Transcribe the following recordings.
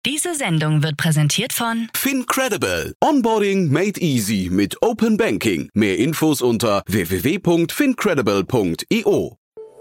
Diese Sendung wird präsentiert von FinCredible. Onboarding made easy mit Open Banking. Mehr Infos unter www.fincredible.io.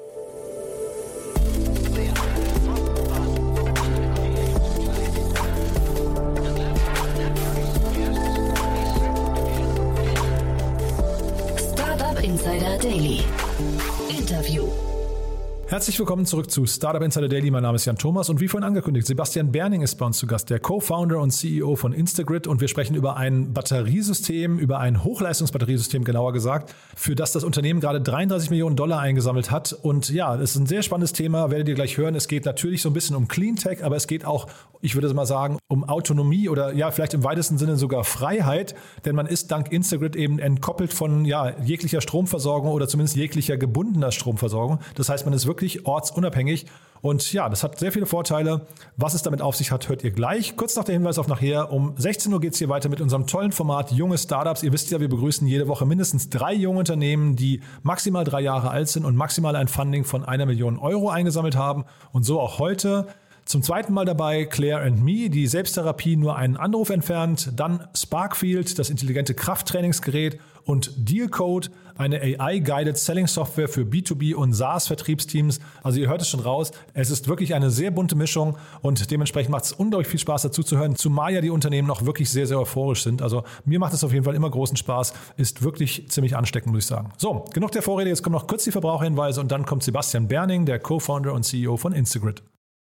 Startup Insider Daily. Interview. Herzlich willkommen zurück zu Startup Insider Daily. Mein Name ist Jan Thomas und wie vorhin angekündigt, Sebastian Berning ist bei uns zu Gast, der Co-Founder und CEO von Instagrid, und wir sprechen über ein Batteriesystem, über ein Hochleistungsbatteriesystem genauer gesagt, für das das Unternehmen gerade $33 Millionen eingesammelt hat. Und ja, das ist ein sehr spannendes Thema, werdet ihr gleich hören. Es geht natürlich so ein bisschen um Cleantech, aber es geht auch, ich würde mal sagen, um Autonomie oder ja, vielleicht im weitesten Sinne sogar Freiheit, denn man ist dank Instagrid eben entkoppelt von jeglicher Stromversorgung oder zumindest jeglicher gebundener Stromversorgung. Das heißt, man ist wirklich ortsunabhängig. Und ja, das hat sehr viele Vorteile. Was es damit auf sich hat, hört ihr gleich. Kurz noch der Hinweis auf nachher. Um 16 Uhr geht es hier weiter mit unserem tollen Format Junge Startups. Ihr wisst ja, wir begrüßen jede Woche mindestens 3 junge Unternehmen, die maximal 3 Jahre alt sind und maximal ein Funding von €1 Million eingesammelt haben. Und so auch heute. Zum zweiten Mal dabei Claire & Me, die Selbsttherapie nur einen Anruf entfernt. Dann Sparkfield, das intelligente Krafttrainingsgerät. Und Dealcode, eine AI-Guided Selling Software für B2B und SaaS-Vertriebsteams. Also ihr hört es schon raus, es ist wirklich eine sehr bunte Mischung und dementsprechend macht es unglaublich viel Spaß dazu zu hören, zumal ja die Unternehmen noch wirklich sehr, sehr euphorisch sind. Also mir macht es auf jeden Fall immer großen Spaß, ist wirklich ziemlich ansteckend, muss ich sagen. So, genug der Vorrede, jetzt kommen noch kurz die Verbraucherhinweise und dann kommt Sebastian Berning, der Co-Founder und CEO von Instagrid.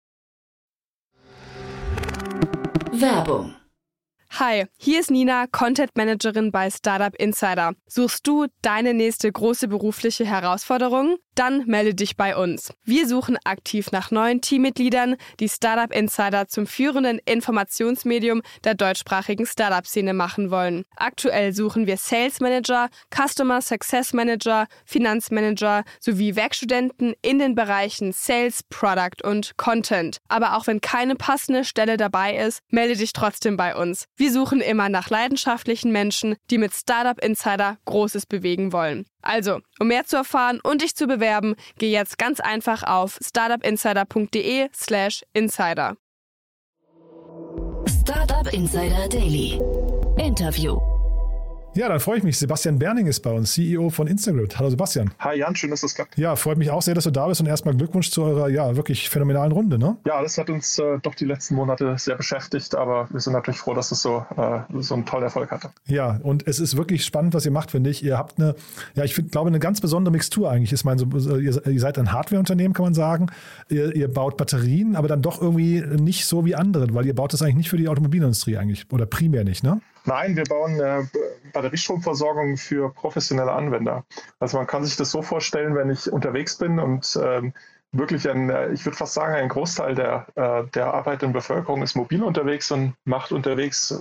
Werbung. Hi, hier ist Nina, Content Managerin bei Startup Insider. Suchst du deine nächste große berufliche Herausforderung? Dann melde dich bei uns. Wir suchen aktiv nach neuen Teammitgliedern, die Startup Insider zum führenden Informationsmedium der deutschsprachigen Startup-Szene machen wollen. Aktuell suchen wir Sales Manager, Customer Success Manager, Finanzmanager sowie Werkstudenten in den Bereichen Sales, Product und Content. Aber auch wenn keine passende Stelle dabei ist, melde dich trotzdem bei uns. Wir suchen immer nach leidenschaftlichen Menschen, die mit Startup Insider Großes bewegen wollen. Also, um mehr zu erfahren und dich zu bewerben, geh jetzt ganz einfach auf startupinsider.de/insider. Startup Insider Daily. Interview. Ja, dann freue ich mich. Sebastian Berning ist bei uns, CEO von Instagrid. Hallo Sebastian. Hi Jan, schön, dass das klappt. Ja, freut mich auch sehr, dass du da bist und erstmal Glückwunsch zu eurer wirklich phänomenalen Runde, ne? Ja, das hat uns doch die letzten Monate sehr beschäftigt, aber wir sind natürlich froh, dass es so einen tollen Erfolg hatte. Ja, und es ist wirklich spannend, was ihr macht, finde ich. Ihr habt glaube eine ganz besondere Mixtur eigentlich. Ihr seid ein Hardware-Unternehmen, kann man sagen. Ihr baut Batterien, aber dann doch irgendwie nicht so wie andere, weil ihr baut das eigentlich nicht für die Automobilindustrie eigentlich oder primär nicht, ne? Nein, wir bauen Batteriestromversorgung für professionelle Anwender. Also man kann sich das so vorstellen, wenn ich unterwegs bin und wirklich ich würde fast sagen, ein Großteil der arbeitenden Bevölkerung ist mobil unterwegs und macht unterwegs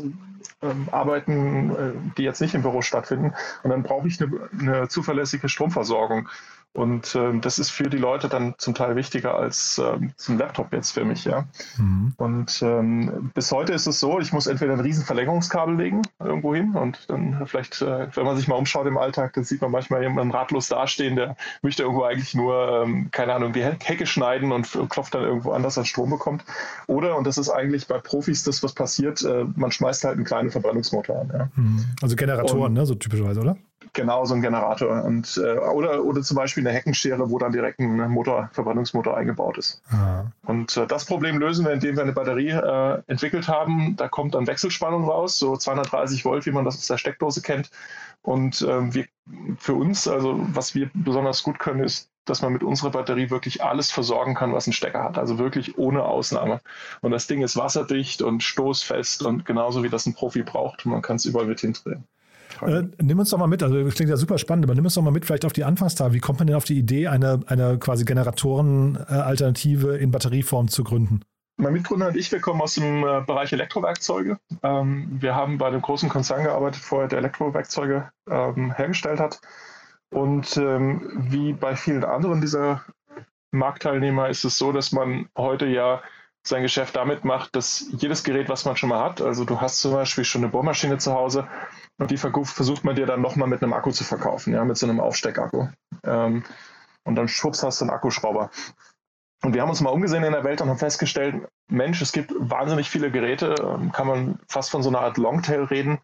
Arbeiten, die jetzt nicht im Büro stattfinden. Und dann brauche ich eine zuverlässige Stromversorgung. Und das ist für die Leute dann zum Teil wichtiger als ein Laptop jetzt für mich. Ja. Mhm. Und bis heute ist es so, ich muss entweder ein riesen Verlängerungskabel legen irgendwo hin und dann vielleicht, wenn man sich mal umschaut im Alltag, dann sieht man manchmal jemanden ratlos dastehen, der möchte irgendwo eigentlich nur, keine Ahnung, die Hecke schneiden und klopft dann irgendwo anders an Strom bekommt. Oder, und das ist eigentlich bei Profis das, was passiert, man schmeißt halt einen kleinen Verbrennungsmotor an. Ja. Also Generatoren, ne, so typischerweise, oder? Genau, so ein Generator. Und, oder zum Beispiel eine Heckenschere, wo dann direkt ein Verbrennungsmotor eingebaut ist. Aha. Und das Problem lösen wir, indem wir eine Batterie entwickelt haben. Da kommt dann Wechselspannung raus, so 230 Volt, wie man das aus der Steckdose kennt. Und für uns, also was wir besonders gut können, ist, dass man mit unserer Batterie wirklich alles versorgen kann, was ein Stecker hat. Also wirklich ohne Ausnahme. Und das Ding ist wasserdicht und stoßfest und genauso wie das ein Profi braucht. Man kann es überall mit hindrehen. Nimm uns doch mal mit, also das klingt ja super spannend, aber nimm uns doch mal mit vielleicht auf die Anfangstage. Wie kommt man denn auf die Idee, eine quasi Generatoren-Alternative in Batterieform zu gründen? Mein Mitgründer und ich, wir kommen aus dem Bereich Elektrowerkzeuge. Wir haben bei einem großen Konzern gearbeitet, vorher der Elektrowerkzeuge hergestellt hat. Und wie bei vielen anderen dieser Marktteilnehmer ist es so, dass man heute ja sein Geschäft damit macht, dass jedes Gerät, was man schon mal hat, also du hast zum Beispiel schon eine Bohrmaschine zu Hause und die versucht man dir dann nochmal mit einem Akku zu verkaufen, ja, mit so einem Aufsteckakku. Und dann schwupps hast du einen Akkuschrauber. Und wir haben uns mal umgesehen in der Welt und haben festgestellt, Mensch, es gibt wahnsinnig viele Geräte, kann man fast von so einer Art Longtail reden,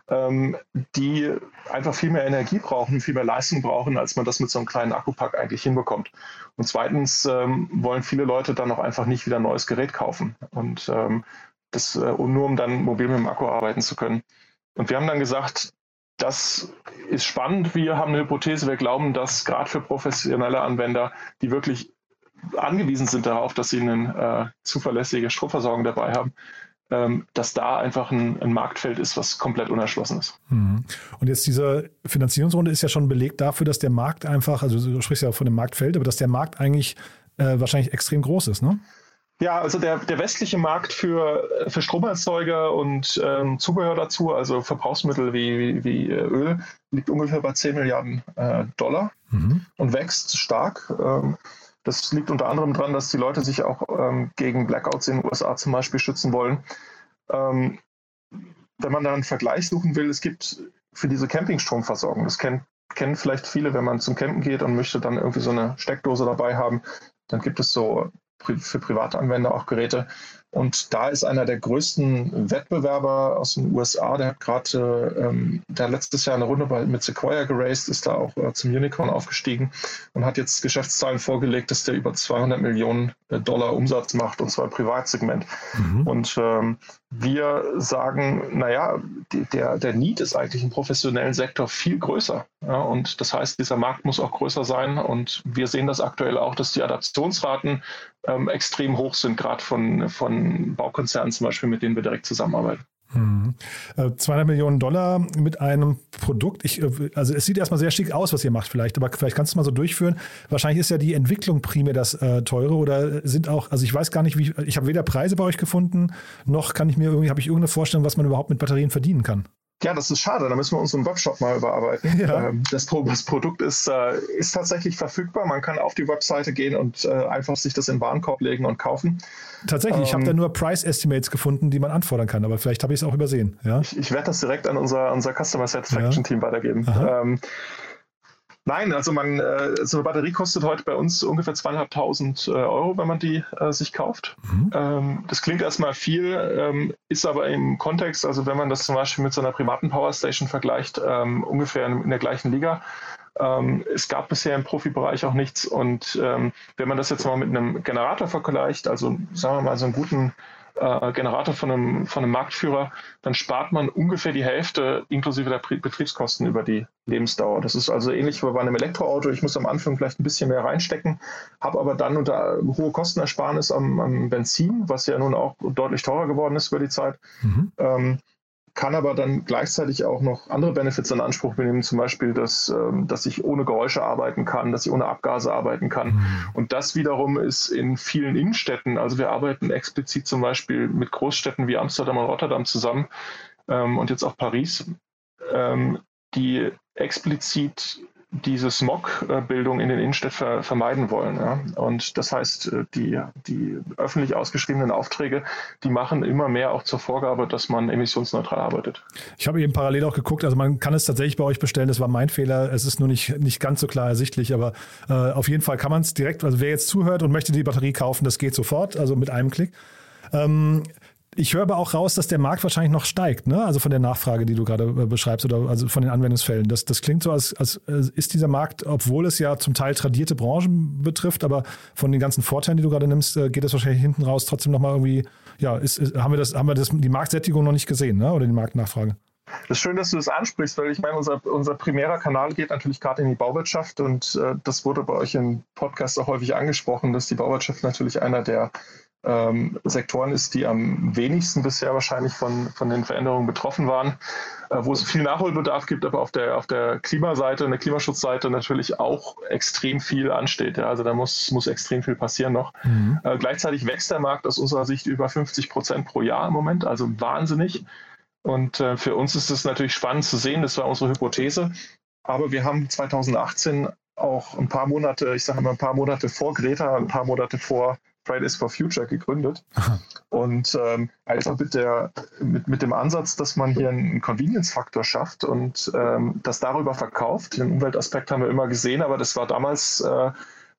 die einfach viel mehr Energie brauchen, viel mehr Leistung brauchen, als man das mit so einem kleinen Akkupack eigentlich hinbekommt. Und zweitens wollen viele Leute dann auch einfach nicht wieder ein neues Gerät kaufen. Und das nur um dann mobil mit dem Akku arbeiten zu können. Und wir haben dann gesagt, das ist spannend. Wir haben eine Hypothese. Wir glauben, dass gerade für professionelle Anwender, die wirklich angewiesen sind darauf, dass sie eine zuverlässige Stromversorgung dabei haben, dass da einfach ein Marktfeld ist, was komplett unerschlossen ist. Und jetzt diese Finanzierungsrunde ist ja schon belegt dafür, dass der Markt einfach, also du sprichst ja von dem Marktfeld, aber dass der Markt eigentlich wahrscheinlich extrem groß ist, ne? Ja, also der westliche Markt für Stromerzeuger und Zubehör dazu, also Verbrauchsmittel wie Öl, liegt ungefähr bei 10 Milliarden Dollar und wächst stark. Das liegt unter anderem daran, dass die Leute sich auch gegen Blackouts in den USA zum Beispiel schützen wollen. Wenn man da einen Vergleich suchen will, es gibt für diese Campingstromversorgung, das kennen vielleicht viele, wenn man zum Campen geht und möchte dann irgendwie so eine Steckdose dabei haben, dann gibt es so für private Anwender auch Geräte. Und da ist einer der größten Wettbewerber aus den USA, der hat gerade letztes Jahr eine Runde mit Sequoia geraced, ist da auch zum Unicorn aufgestiegen und hat jetzt Geschäftszahlen vorgelegt, dass der über 200 Millionen Dollar Umsatz macht, und zwar im Privatsegment. Und wir sagen, naja, der Need ist eigentlich im professionellen Sektor viel größer. Ja, und das heißt, dieser Markt muss auch größer sein. Und wir sehen das aktuell auch, dass die Adaptionsraten extrem hoch sind, gerade von Baukonzernen zum Beispiel, mit denen wir direkt zusammenarbeiten. 200 Millionen Dollar mit einem Produkt. Also es sieht erstmal sehr schick aus, was ihr macht vielleicht, aber vielleicht kannst du es mal so durchführen. Wahrscheinlich ist ja die Entwicklung primär das Teure, oder sind auch, also ich weiß gar nicht, ich habe weder Preise bei euch gefunden, noch habe ich irgendeine Vorstellung, was man überhaupt mit Batterien verdienen kann. Ja, das ist schade. Da müssen wir unseren Webshop mal überarbeiten. Ja. Das Produkt ist tatsächlich verfügbar. Man kann auf die Webseite gehen und einfach sich das in den Warenkorb legen und kaufen. Tatsächlich, ich habe da nur Price Estimates gefunden, die man anfordern kann, aber vielleicht habe ich es auch übersehen. Ja? Ich werde das direkt an unser Customer Satisfaction Team weitergeben. Nein, also so eine Batterie kostet heute bei uns ungefähr 2.500 Euro, wenn man die sich kauft. Das klingt erstmal viel, ist aber im Kontext, also wenn man das zum Beispiel mit so einer privaten Powerstation vergleicht, ungefähr in der gleichen Liga. Es gab bisher im Profibereich auch nichts, und wenn man das jetzt mal mit einem Generator vergleicht, also sagen wir mal so einen guten Generator von einem Marktführer, dann spart man ungefähr die Hälfte inklusive der Betriebskosten über die Lebensdauer. Das ist also ähnlich wie bei einem Elektroauto. Ich muss am Anfang vielleicht ein bisschen mehr reinstecken, habe aber dann unter hohe Kostenersparnis am Benzin, was ja nun auch deutlich teurer geworden ist über die Zeit. Kann aber dann gleichzeitig auch noch andere Benefits in Anspruch nehmen, zum Beispiel, dass ich ohne Geräusche arbeiten kann, dass ich ohne Abgase arbeiten kann. Und das wiederum ist in vielen Innenstädten, also wir arbeiten explizit zum Beispiel mit Großstädten wie Amsterdam und Rotterdam zusammen und jetzt auch Paris, die explizit diese Smog-Bildung in den Innenstädten vermeiden wollen. Ja? Und das heißt, die öffentlich ausgeschriebenen Aufträge, die machen immer mehr auch zur Vorgabe, dass man emissionsneutral arbeitet. Ich habe eben parallel auch geguckt, also man kann es tatsächlich bei euch bestellen, das war mein Fehler, es ist nur nicht ganz so klar ersichtlich, aber auf jeden Fall kann man es direkt, also wer jetzt zuhört und möchte die Batterie kaufen, das geht sofort, also mit einem Klick. Ich höre aber auch raus, dass der Markt wahrscheinlich noch steigt, ne? Also von der Nachfrage, die du gerade beschreibst, oder also von den Anwendungsfällen. Das klingt so, als ist dieser Markt, obwohl es ja zum Teil tradierte Branchen betrifft, aber von den ganzen Vorteilen, die du gerade nimmst, geht das wahrscheinlich hinten raus trotzdem nochmal irgendwie, ja, haben wir die Marktsättigung noch nicht gesehen, ne? Oder die Marktnachfrage? Das ist schön, dass du das ansprichst, weil ich meine, unser primärer Kanal geht natürlich gerade in die Bauwirtschaft, und das wurde bei euch im Podcast auch häufig angesprochen, dass die Bauwirtschaft natürlich einer der Sektoren ist, die am wenigsten bisher wahrscheinlich von den Veränderungen betroffen waren, wo es viel Nachholbedarf gibt, aber auf der Klimaseite und der Klimaschutzseite natürlich auch extrem viel ansteht. Ja? Also da muss extrem viel passieren noch. Gleichzeitig wächst der Markt aus unserer Sicht über 50% pro Jahr im Moment, also wahnsinnig. Und für uns ist es natürlich spannend zu sehen, das war unsere Hypothese. Aber wir haben 2018 auch ein paar Monate vor Greta, ein paar Monate vor Fridays for Future gegründet. Und also mit dem Ansatz, dass man hier einen Convenience-Faktor schafft und das darüber verkauft. Den Umweltaspekt haben wir immer gesehen, aber das war damals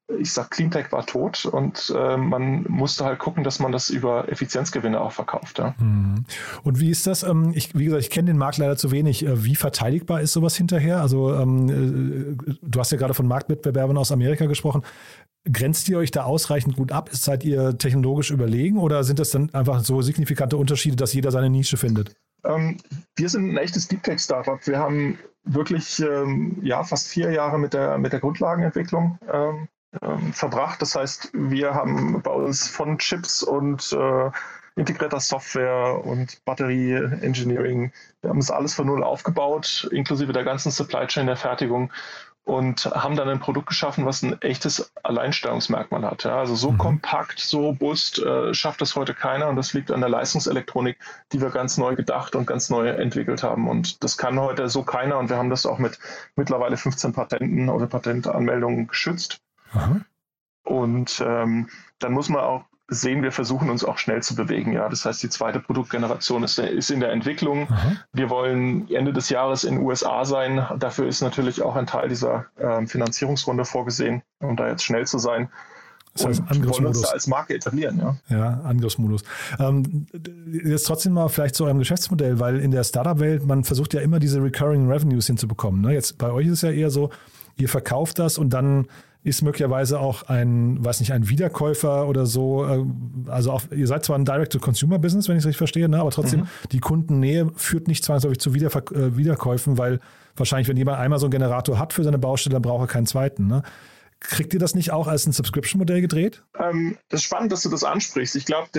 ich sag, Cleantech war tot und man musste halt gucken, dass man das über Effizienzgewinne auch verkauft. Ja. Und wie ist das? Wie gesagt, ich kenne den Markt leider zu wenig. Wie verteidigbar ist sowas hinterher? Also du hast ja gerade von Marktwettbewerbern aus Amerika gesprochen. Grenzt ihr euch da ausreichend gut ab? Seid ihr technologisch überlegen oder sind das dann einfach so signifikante Unterschiede, dass jeder seine Nische findet? Wir sind ein echtes Deep Tech Startup. Wir haben wirklich fast 4 Jahre mit der Grundlagenentwicklung verbracht. Das heißt, wir haben bei uns von Chips und integrierter Software und Batterie-Engineering, wir haben das alles von null aufgebaut, inklusive der ganzen Supply Chain der Fertigung und haben dann ein Produkt geschaffen, was ein echtes Alleinstellungsmerkmal hat. Ja, also so kompakt, so robust schafft das heute keiner und das liegt an der Leistungselektronik, die wir ganz neu gedacht und ganz neu entwickelt haben. Und das kann heute so keiner und wir haben das auch mit mittlerweile 15 Patenten oder Patentanmeldungen geschützt. Aha. Und dann muss man auch sehen, wir versuchen uns auch schnell zu bewegen. Ja, das heißt, die zweite Produktgeneration ist in der Entwicklung. Aha. Wir wollen Ende des Jahres in den USA sein. Dafür ist natürlich auch ein Teil dieser Finanzierungsrunde vorgesehen, um da jetzt schnell zu sein. Das heißt, und wollen uns da als Marke etablieren. Ja, Angriffsmodus. Jetzt trotzdem mal vielleicht zu eurem Geschäftsmodell, weil in der Startup-Welt, man versucht ja immer diese Recurring Revenues hinzubekommen. Ne? Jetzt bei euch ist es ja eher so, ihr verkauft das und dann ist möglicherweise auch ein Wiederkäufer oder so, also auch, ihr seid zwar ein Direct-to-Consumer-Business, wenn ich es richtig verstehe, ne? Aber trotzdem, die Kundennähe führt nicht zwangsläufig zu Wiederkäufen, weil wahrscheinlich, wenn jemand einmal so einen Generator hat für seine Baustelle, dann braucht er keinen zweiten. Ne? Kriegt ihr das nicht auch als ein Subscription-Modell gedreht? Das ist spannend, dass du das ansprichst. Ich glaube,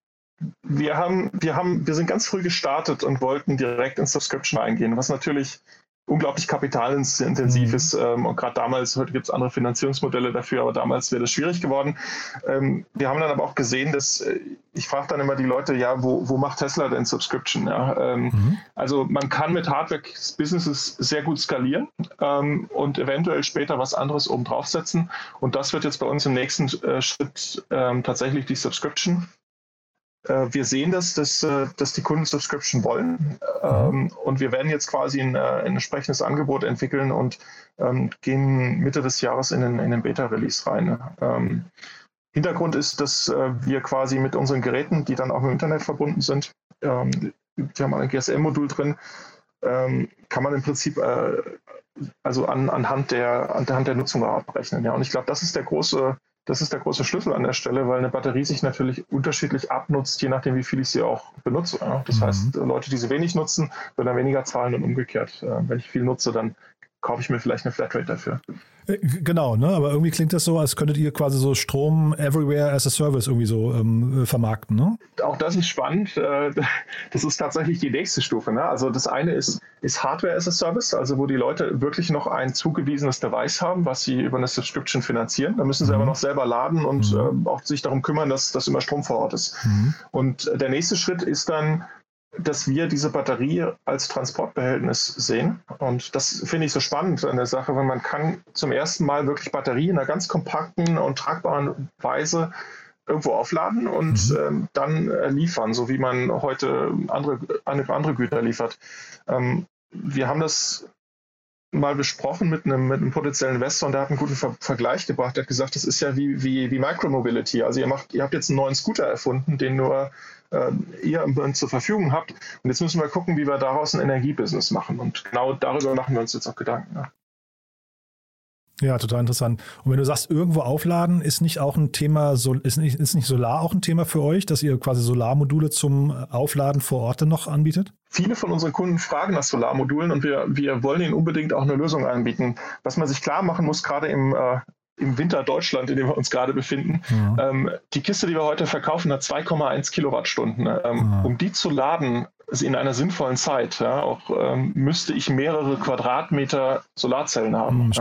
wir sind ganz früh gestartet und wollten direkt in Subscription eingehen, was natürlich unglaublich kapitalintensiv ist. Und gerade damals, heute gibt es andere Finanzierungsmodelle dafür, aber damals wäre das schwierig geworden. Wir haben dann aber auch gesehen, dass, ich frage dann immer die Leute, ja, wo macht Tesla denn Subscription? Ja? Also man kann mit Hardware-Businesses sehr gut skalieren und eventuell später was anderes oben draufsetzen. Und das wird jetzt bei uns im nächsten Schritt tatsächlich die Subscription. Wir sehen dass die Kunden Subscription wollen und wir werden jetzt quasi ein entsprechendes Angebot entwickeln und gehen Mitte des Jahres in den Beta-Release rein. Hintergrund ist, dass wir quasi mit unseren Geräten, die dann auch mit dem Internet verbunden sind, wir haben ein GSM-Modul drin, kann man im Prinzip also anhand der Nutzung abrechnen. Ja. Und ich glaube, das ist der große Schlüssel an der Stelle, weil eine Batterie sich natürlich unterschiedlich abnutzt, je nachdem, wie viel ich sie auch benutze. Ja. Das heißt, Leute, die sie wenig nutzen, werden dann weniger zahlen und umgekehrt. Wenn ich viel nutze, dann kaufe ich mir vielleicht eine Flatrate dafür. Genau, ne? Aber irgendwie klingt das so, als könntet ihr quasi so Strom everywhere as a service irgendwie so vermarkten, ne? Auch das ist spannend. Das ist tatsächlich die nächste Stufe. Ne? Also das eine ist Hardware as a Service, also wo die Leute wirklich noch ein zugewiesenes Device haben, was sie über eine Subscription finanzieren. Da müssen sie aber noch selber laden und auch sich darum kümmern, dass immer Strom vor Ort ist. Und der nächste Schritt ist dann, dass wir diese Batterie als Transportbehältnis sehen. Und das finde ich so spannend an der Sache, weil man kann zum ersten Mal wirklich Batterie in einer ganz kompakten und tragbaren Weise irgendwo aufladen und dann liefern, so wie man heute andere Güter liefert. Wir haben das mal besprochen mit einem potenziellen Investor und der hat einen guten Vergleich gebracht. Der hat gesagt, das ist ja wie Micromobility. Also ihr habt jetzt einen neuen Scooter erfunden, den nur ihr zur Verfügung habt. Und jetzt müssen wir gucken, wie wir daraus ein Energiebusiness machen. Und genau darüber machen wir uns jetzt auch Gedanken. Ja. Ja, total interessant. Und wenn du sagst, irgendwo aufladen, ist nicht auch ein Thema, ist nicht Solar auch ein Thema für euch, dass ihr quasi Solarmodule zum Aufladen vor Ort dann noch anbietet? Viele von unseren Kunden fragen nach Solarmodulen und wir wollen ihnen unbedingt auch eine Lösung anbieten. Was man sich klar machen muss, gerade im Winter Deutschland, in dem wir uns gerade befinden. Die Kiste, die wir heute verkaufen, hat 2,1 Kilowattstunden. Um die zu laden, in einer sinnvollen Zeit, müsste ich mehrere Quadratmeter Solarzellen haben.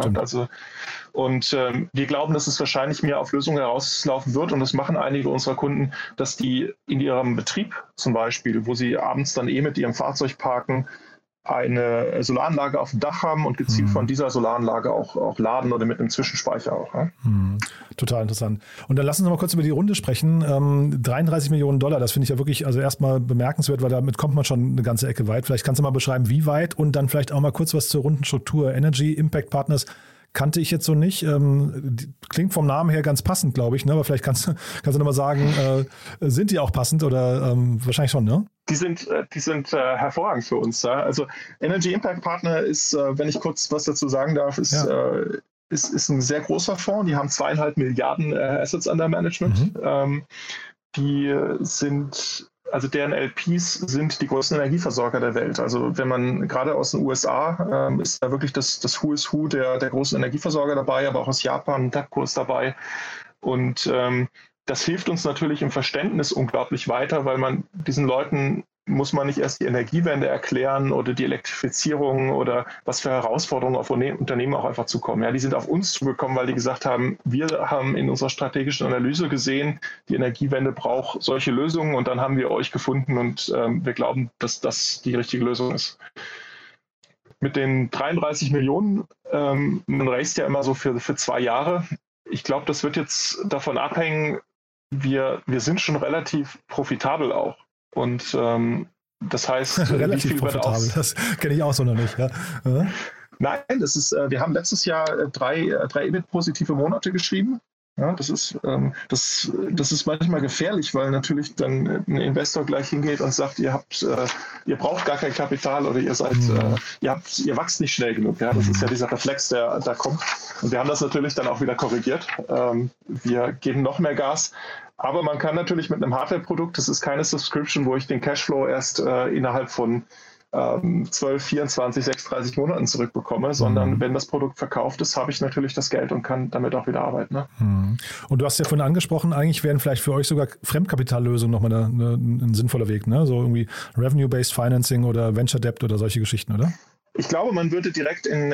Wir glauben, dass es wahrscheinlich mehr auf Lösungen herauslaufen wird und das machen einige unserer Kunden, dass die in ihrem Betrieb zum Beispiel, wo sie abends dann mit ihrem Fahrzeug parken, eine Solaranlage auf dem Dach haben und gezielt von dieser Solaranlage auch laden oder mit einem Zwischenspeicher auch. Ja? Total interessant. Und dann lass uns noch mal kurz über die Runde sprechen. 33 Millionen $, das finde ich ja wirklich also erstmal bemerkenswert, weil damit kommt man schon eine ganze Ecke weit. Vielleicht kannst du mal beschreiben, wie weit und dann vielleicht auch mal kurz was zur Rundenstruktur. Energy Impact Partners kannte ich jetzt so nicht. Klingt vom Namen her ganz passend, glaube ich, ne? Aber vielleicht kannst du nochmal sagen, sind die auch passend oder wahrscheinlich schon, ne? Die sind hervorragend für uns. Ja? Also Energy Impact Partner ist, wenn ich kurz was dazu sagen darf, ist ein sehr großer Fonds. Die haben 2,5 Milliarden Assets under Management. Deren LPs sind die größten Energieversorger der Welt. Also wenn man gerade aus den USA ist da wirklich das Who is Who der großen Energieversorger dabei, aber auch aus Japan, TAPCO ist dabei. Und das hilft uns natürlich im Verständnis unglaublich weiter, weil man diesen Leuten muss man nicht erst die Energiewende erklären oder die Elektrifizierung oder was für Herausforderungen auf Unternehmen auch einfach zukommen. Ja, die sind auf uns zugekommen, weil die gesagt haben, wir haben in unserer strategischen Analyse gesehen, die Energiewende braucht solche Lösungen und dann haben wir euch gefunden und wir glauben, dass das die richtige Lösung ist. Mit den 33 Millionen, man raced ja immer so für 2 Jahre. Ich glaube, das wird jetzt davon abhängen, wir sind schon relativ profitabel auch. Und das heißt, relativ profitabel, das kenne ich auch so noch nicht. Ja? Nein, wir haben letztes Jahr 3 EBIT-positive Monate geschrieben. Ja, das ist manchmal gefährlich, weil natürlich dann ein Investor gleich hingeht und sagt, ihr braucht gar kein Kapital oder ihr wachst nicht schnell genug. Ja, das ist ja dieser Reflex, der da kommt. Und wir haben das natürlich dann auch wieder korrigiert. Wir geben noch mehr Gas. Aber man kann natürlich mit einem Hardware-Produkt, das ist keine Subscription, wo ich den Cashflow erst innerhalb von 12, 24, 36 Monaten zurückbekomme, sondern wenn das Produkt verkauft ist, habe ich natürlich das Geld und kann damit auch wieder arbeiten. Ne? Und du hast ja vorhin angesprochen, eigentlich wären vielleicht für euch sogar Fremdkapitallösungen nochmal ein sinnvoller Weg, ne? So irgendwie Revenue-Based Financing oder Venture Debt oder solche Geschichten, oder? Ich glaube, man würde direkt in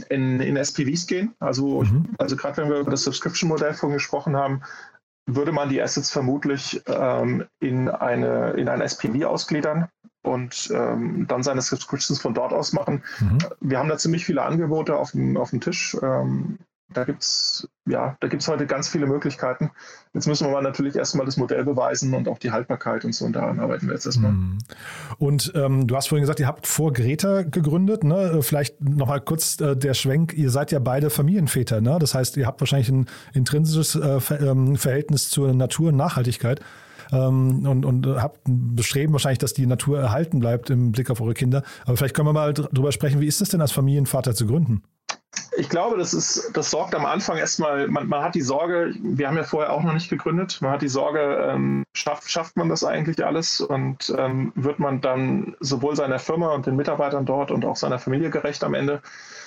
SPVs gehen. Also gerade wenn wir über das Subscription-Modell vorhin gesprochen haben, würde man die Assets vermutlich in ein SPV ausgliedern und dann seine Subscriptions von dort aus machen. Wir haben da ziemlich viele Angebote auf dem Tisch. Da gibt's heute ganz viele Möglichkeiten. Jetzt müssen wir natürlich erstmal das Modell beweisen und auch die Haltbarkeit und so. Und daran arbeiten wir jetzt erstmal. Und du hast vorhin gesagt, ihr habt vor Greta gegründet. Ne? Vielleicht nochmal kurz der Schwenk. Ihr seid ja beide Familienväter. Ne? Das heißt, ihr habt wahrscheinlich ein intrinsisches Verhältnis zur Natur und Nachhaltigkeit. Und habt ein Bestreben wahrscheinlich, dass die Natur erhalten bleibt im Blick auf eure Kinder. Aber vielleicht können wir mal drüber sprechen, wie ist es denn als Familienvater zu gründen? Ich glaube, das sorgt am Anfang erstmal, man hat die Sorge, wir haben ja vorher auch noch nicht gegründet, man hat die Sorge, schafft man das eigentlich alles und wird man dann sowohl seiner Firma und den Mitarbeitern dort und auch seiner Familie gerecht am Ende.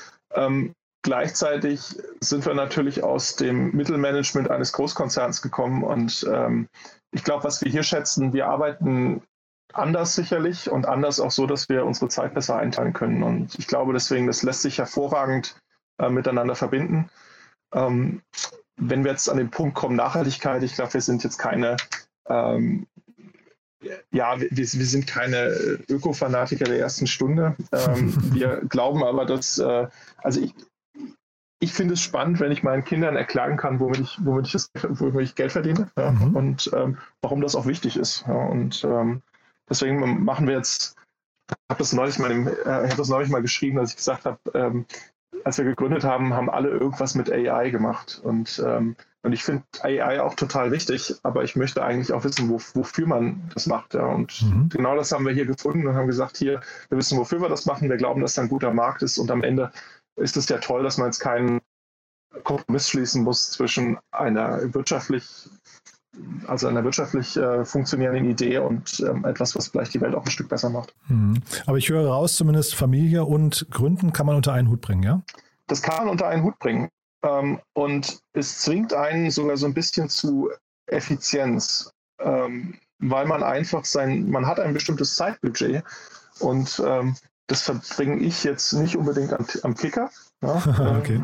Gleichzeitig sind wir natürlich aus dem Mittelmanagement eines Großkonzerns gekommen und ich glaube, was wir hier schätzen, wir arbeiten anders sicherlich und anders auch so, dass wir unsere Zeit besser einteilen können. Und ich glaube deswegen, das lässt sich hervorragend miteinander verbinden. Wenn wir jetzt an den Punkt kommen, Nachhaltigkeit, ich glaube, wir sind jetzt keine, wir sind keine Öko-Fanatiker der ersten Stunde. Wir glauben aber, dass, ich finde es spannend, wenn ich meinen Kindern erklären kann, womit ich Geld verdiene und warum das auch wichtig ist. Ja, und deswegen machen wir jetzt, ich habe das neulich mal geschrieben, als ich gesagt habe, als wir gegründet haben, haben alle irgendwas mit AI gemacht. Und ich finde AI auch total wichtig, aber ich möchte eigentlich auch wissen, wofür man das macht. Ja. Und genau das haben wir hier gefunden und haben gesagt, hier, wir wissen, wofür wir das machen, wir glauben, dass da ein guter Markt ist und am Ende ist es ja toll, dass man jetzt keinen Kompromiss schließen muss zwischen einer wirtschaftlich funktionierenden Idee und etwas, was vielleicht die Welt auch ein Stück besser macht. Aber ich höre raus, zumindest Familie und Gründen kann man unter einen Hut bringen, ja? Das kann man unter einen Hut bringen. Und es zwingt einen sogar so ein bisschen zu Effizienz, weil man einfach man hat ein bestimmtes Zeitbudget und das verbringe ich jetzt nicht unbedingt am Kicker. Ja? Okay.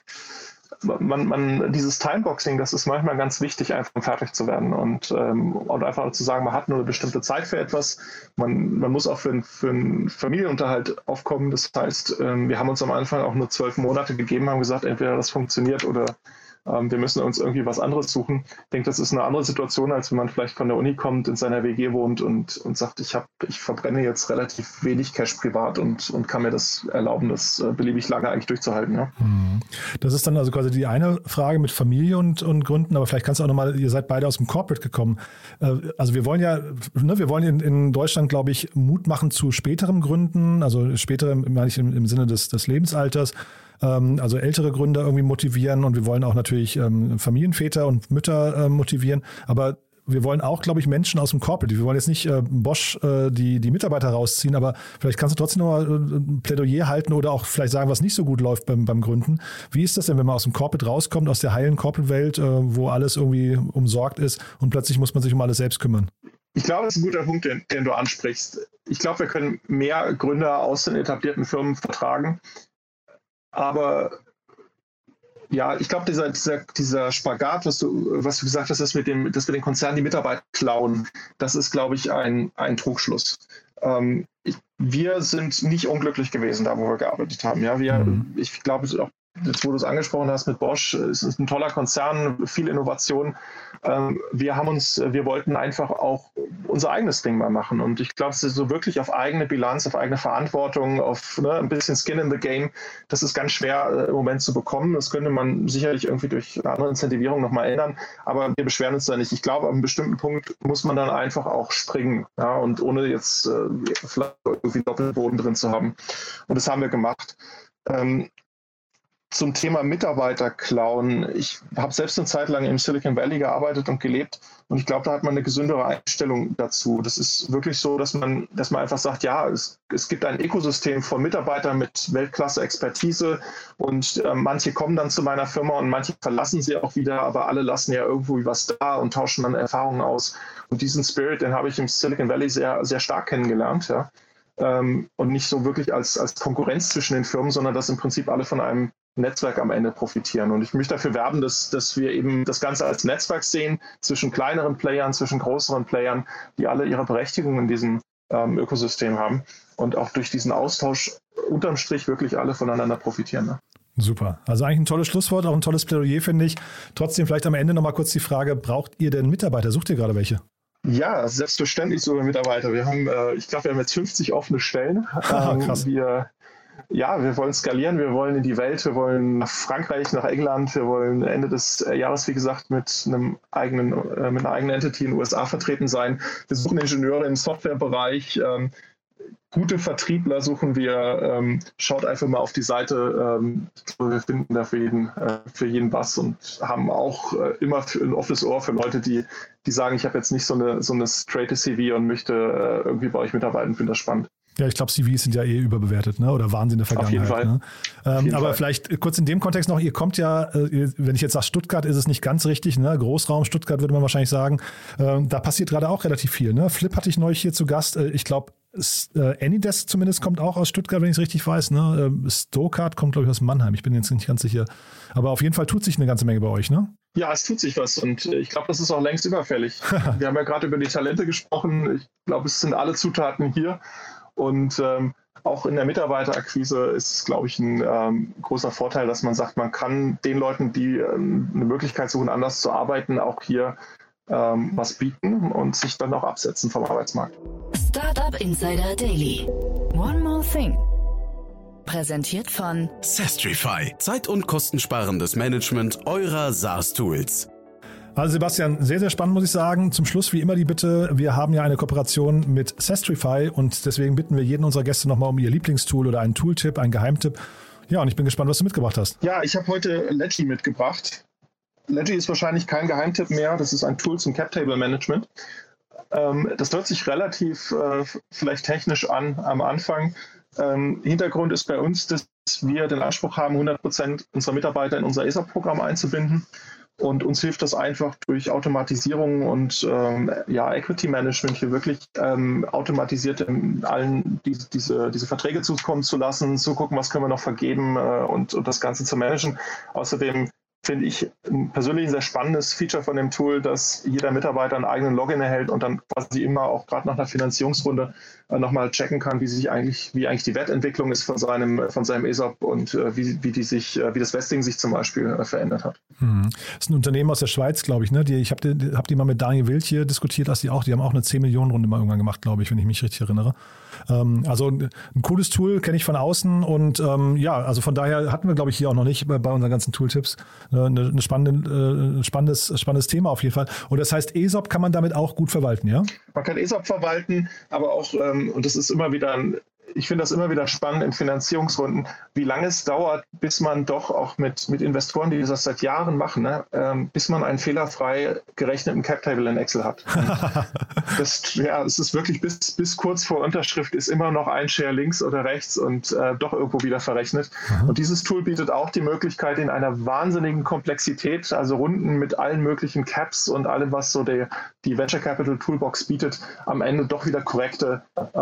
Dieses Timeboxing, das ist manchmal ganz wichtig, einfach fertig zu werden und einfach zu sagen, man hat nur eine bestimmte Zeit für etwas. Man muss auch für einen Familienunterhalt aufkommen. Das heißt, wir haben uns am Anfang auch nur 12 Monate gegeben, haben gesagt, entweder das funktioniert oder wir müssen uns irgendwie was anderes suchen. Ich denke, das ist eine andere Situation, als wenn man vielleicht von der Uni kommt, in seiner WG wohnt und sagt, ich verbrenne jetzt relativ wenig Cash privat und kann mir das erlauben, das beliebig lange eigentlich durchzuhalten. Ja. Das ist dann also quasi die eine Frage mit Familie und Gründen, aber vielleicht kannst du auch nochmal, ihr seid beide aus dem Corporate gekommen. Also wir wollen ja, wir wollen in Deutschland, glaube ich, Mut machen zu späteren Gründen, also späterem, meine ich im Sinne des Lebensalters. Also ältere Gründer irgendwie motivieren und wir wollen auch natürlich Familienväter und Mütter motivieren, aber wir wollen auch, glaube ich, Menschen aus dem Corporate. Wir wollen jetzt nicht Bosch die Mitarbeiter rausziehen, aber vielleicht kannst du trotzdem noch mal ein Plädoyer halten oder auch vielleicht sagen, was nicht so gut läuft beim Gründen. Wie ist das denn, wenn man aus dem Corporate rauskommt, aus der heilen Corporate-Welt, wo alles irgendwie umsorgt ist und plötzlich muss man sich um alles selbst kümmern? Ich glaube, das ist ein guter Punkt, den du ansprichst. Ich glaube, wir können mehr Gründer aus den etablierten Firmen vertragen. Aber ja, ich glaube, dieser Spagat, was du gesagt hast, dass wir den Konzernen die Mitarbeiter klauen, das ist, glaube ich, ein Trugschluss. Wir sind nicht unglücklich gewesen, da wo wir gearbeitet haben. Ja, ich glaube, auch jetzt, wo du es angesprochen hast mit Bosch, es ist ein toller Konzern, viel Innovation. Wir wollten einfach auch unser eigenes Ding mal machen. Und ich glaube, es ist so wirklich auf eigene Bilanz, auf eigene Verantwortung, auf ein bisschen Skin in the Game. Das ist ganz schwer im Moment zu bekommen. Das könnte man sicherlich irgendwie durch eine andere Incentivierung nochmal ändern. Aber wir beschweren uns da nicht. Ich glaube, an einem bestimmten Punkt muss man dann einfach auch springen. Ja, und ohne jetzt vielleicht irgendwie Doppelboden drin zu haben. Und das haben wir gemacht. Zum Thema Mitarbeiter klauen. Ich habe selbst eine Zeit lang im Silicon Valley gearbeitet und gelebt und ich glaube, da hat man eine gesündere Einstellung dazu. Das ist wirklich so, dass man einfach sagt, ja, es gibt ein Ökosystem von Mitarbeitern mit Weltklasse-Expertise und manche kommen dann zu meiner Firma und manche verlassen sie auch wieder, aber alle lassen ja irgendwo was da und tauschen dann Erfahrungen aus. Und diesen Spirit, den habe ich im Silicon Valley sehr, sehr stark kennengelernt, ja. Und nicht so wirklich als Konkurrenz zwischen den Firmen, sondern dass im Prinzip alle von einem Netzwerk am Ende profitieren. Und ich möchte dafür werben, dass wir eben das Ganze als Netzwerk sehen, zwischen kleineren Playern, zwischen größeren Playern, die alle ihre Berechtigung in diesem Ökosystem haben und auch durch diesen Austausch unterm Strich wirklich alle voneinander profitieren. Ne? Super. Also eigentlich ein tolles Schlusswort, auch ein tolles Plädoyer, finde ich. Trotzdem vielleicht am Ende nochmal kurz die Frage, braucht ihr denn Mitarbeiter? Sucht ihr gerade welche? Ja, selbstverständlich so Mitarbeiter. Wir haben, ich glaube, wir haben jetzt 50 offene Stellen. Krass. Wir wollen skalieren, wir wollen in die Welt, wir wollen nach Frankreich, nach England, wir wollen Ende des Jahres, wie gesagt, mit einer eigenen Entity in den USA vertreten sein. Wir suchen Ingenieure im Softwarebereich, gute Vertriebler suchen wir. Schaut einfach mal auf die Seite. Wir finden da für jeden was und haben auch immer ein offenes Ohr für Leute, die sagen, ich habe jetzt nicht so eine straight CV und möchte irgendwie bei euch mitarbeiten, finde das spannend. Ja, ich glaube, CVs sind ja jeden ne? Oder waren sie in der Vergangenheit. Auf jeden Fall. Ne? Aber vielleicht kurz in dem Kontext noch, ihr kommt ja, wenn ich jetzt sage Stuttgart, ist es nicht ganz richtig, ne? Großraum Stuttgart würde man wahrscheinlich sagen. Da passiert gerade auch relativ viel. Ne? Flip hatte ich neulich hier zu Gast. Ich glaube, Anydesk zumindest kommt auch aus Stuttgart, wenn ich es richtig weiß. Ne? Stokart kommt, glaube ich, aus Mannheim. Ich bin jetzt nicht ganz sicher. Aber auf jeden Fall tut sich eine ganze Menge bei euch, ne? Ja, es tut sich was und ich glaube, das ist auch längst überfällig. Wir haben ja gerade über die Talente gesprochen. Ich glaube, es sind alle Zutaten hier. Und auch in der Mitarbeiterakquise ist es, glaube ich, ein großer Vorteil, dass man sagt, man kann den Leuten, die eine Möglichkeit suchen, anders zu arbeiten, auch hier was bieten und sich dann auch absetzen vom Arbeitsmarkt. Startup Insider Daily. One more thing. Präsentiert von Sestrify. Zeit- und kostensparendes Management eurer SaaS-Tools. Also Sebastian, sehr, sehr spannend, muss ich sagen. Zum Schluss wie immer die Bitte, wir haben ja eine Kooperation mit Sestrify und deswegen bitten wir jeden unserer Gäste nochmal um ihr Lieblingstool oder einen Tooltip, einen Geheimtipp. Ja, und ich bin gespannt, was du mitgebracht hast. Ja, ich habe heute Ledgy mitgebracht. Ledgy ist wahrscheinlich kein Geheimtipp mehr. Das ist ein Tool zum Cap-Table-Management. Das hört sich relativ vielleicht technisch an am Anfang. Hintergrund ist bei uns, dass wir den Anspruch haben, 100% unserer Mitarbeiter in unser ESAP-Programm einzubinden. Und uns hilft das einfach durch Automatisierung und Equity Management hier wirklich automatisiert allen diese Verträge zukommen zu lassen, zu gucken, was können wir noch vergeben und das Ganze zu managen. Außerdem finde ich persönlich ein sehr spannendes Feature von dem Tool, dass jeder Mitarbeiter einen eigenen Login erhält und dann quasi immer auch gerade nach einer Finanzierungsrunde nochmal checken kann, wie eigentlich die Wertentwicklung ist von seinem ESOP und wie das Vesting sich zum Beispiel verändert hat. Das ist ein Unternehmen aus der Schweiz, glaube ich. Ne? Ich habe die mal mit Daniel Wild hier diskutiert, die haben auch eine 10-Millionen-Runde mal irgendwann gemacht, glaube ich, wenn ich mich richtig erinnere. Also ein cooles Tool, kenne ich von außen und also von daher hatten wir, glaube ich, hier auch noch nicht bei unseren ganzen Tooltips ein spannendes Thema auf jeden Fall. Und das heißt, ESOP kann man damit auch gut verwalten, ja? Man kann ESOP verwalten, aber auch, und das ist ich finde das immer wieder spannend in Finanzierungsrunden, wie lange es dauert, bis man doch auch mit Investoren, die das seit Jahren machen, bis man einen fehlerfrei gerechneten Cap-Table in Excel hat. Es ist wirklich bis kurz vor Unterschrift ist immer noch ein Share links oder rechts und doch irgendwo wieder verrechnet. Und dieses Tool bietet auch die Möglichkeit, in einer wahnsinnigen Komplexität, also Runden mit allen möglichen Caps und allem, was so die Venture Capital Toolbox bietet, am Ende doch wieder korrekte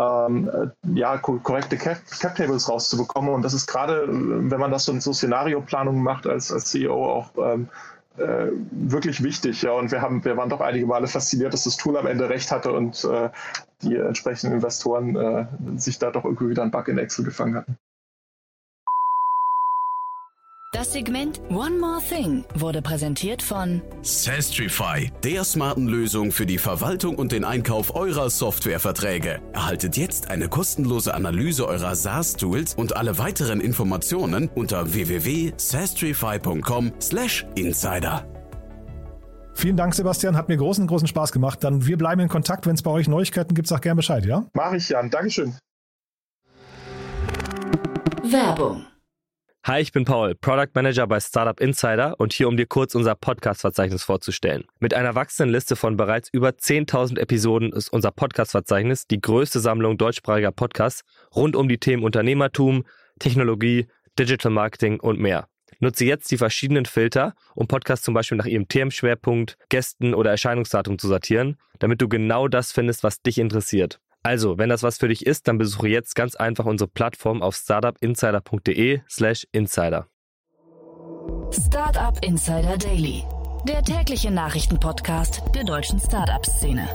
Cap-Tables rauszubekommen. Und das ist gerade, wenn man das so Szenarioplanungen macht als CEO auch wirklich wichtig. Ja. Und wir waren doch einige Male fasziniert, dass das Tool am Ende recht hatte und die entsprechenden Investoren sich da doch irgendwie wieder einen Bug in Excel gefangen hatten. Das Segment One More Thing wurde präsentiert von Sastrify, der smarten Lösung für die Verwaltung und den Einkauf eurer Softwareverträge. Erhaltet jetzt eine kostenlose Analyse eurer SaaS-Tools und alle weiteren Informationen unter www.sastrify.com/insider. Vielen Dank, Sebastian. Hat mir großen Spaß gemacht. Dann wir bleiben in Kontakt. Wenn es bei euch Neuigkeiten gibt, sag gerne Bescheid, ja? Mache ich, Jan. Dankeschön. Werbung. Hi, ich bin Paul, Product Manager bei Startup Insider und hier, um dir kurz unser Podcast-Verzeichnis vorzustellen. Mit einer wachsenden Liste von bereits über 10.000 Episoden ist unser Podcast-Verzeichnis die größte Sammlung deutschsprachiger Podcasts rund um die Themen Unternehmertum, Technologie, Digital Marketing und mehr. Nutze jetzt die verschiedenen Filter, um Podcasts zum Beispiel nach ihrem Themenschwerpunkt, Gästen oder Erscheinungsdatum zu sortieren, damit du genau das findest, was dich interessiert. Also, wenn das was für dich ist, dann besuche jetzt ganz einfach unsere Plattform auf startupinsider.de/insider. Startup Insider Daily, der tägliche Nachrichtenpodcast der deutschen Startup-Szene.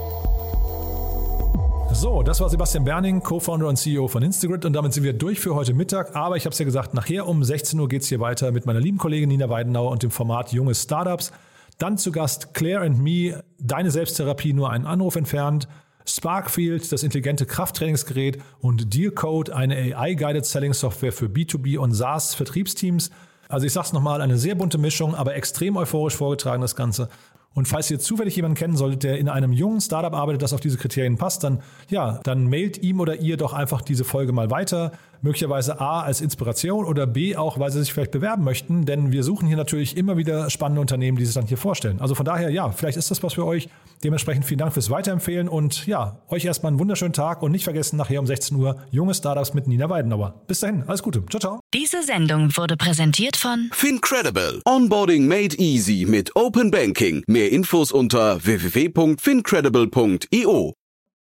So, das war Sebastian Berning, Co-Founder und CEO von Instagrid und damit sind wir durch für heute Mittag. Aber ich habe es ja gesagt, nachher um 16 Uhr geht es hier weiter mit meiner lieben Kollegin Nina Weidenauer und dem Format Junge Startups. Dann zu Gast Claire and Me, deine Selbsttherapie nur einen Anruf entfernt. Sparkfield, das intelligente Krafttrainingsgerät und Dealcode, eine AI-Guided Selling Software für B2B und SaaS-Vertriebsteams. Also ich sag's nochmal, eine sehr bunte Mischung, aber extrem euphorisch vorgetragen das Ganze. Und falls ihr zufällig jemanden kennen solltet, der in einem jungen Startup arbeitet, das auf diese Kriterien passt, dann mailt ihm oder ihr doch einfach diese Folge mal weiter. Möglicherweise A als Inspiration oder B auch, weil sie sich vielleicht bewerben möchten, denn wir suchen hier natürlich immer wieder spannende Unternehmen, die sich dann hier vorstellen. Also von daher, ja, vielleicht ist das was für euch. Dementsprechend vielen Dank fürs Weiterempfehlen und ja, euch erstmal einen wunderschönen Tag und nicht vergessen, nachher um 16 Uhr junge Startups mit Nina Weidenauer. Bis dahin, alles Gute. Ciao, ciao. Diese Sendung wurde präsentiert von Fincredible. Onboarding made easy mit Open Banking. Mehr Infos unter www.fincredible.io.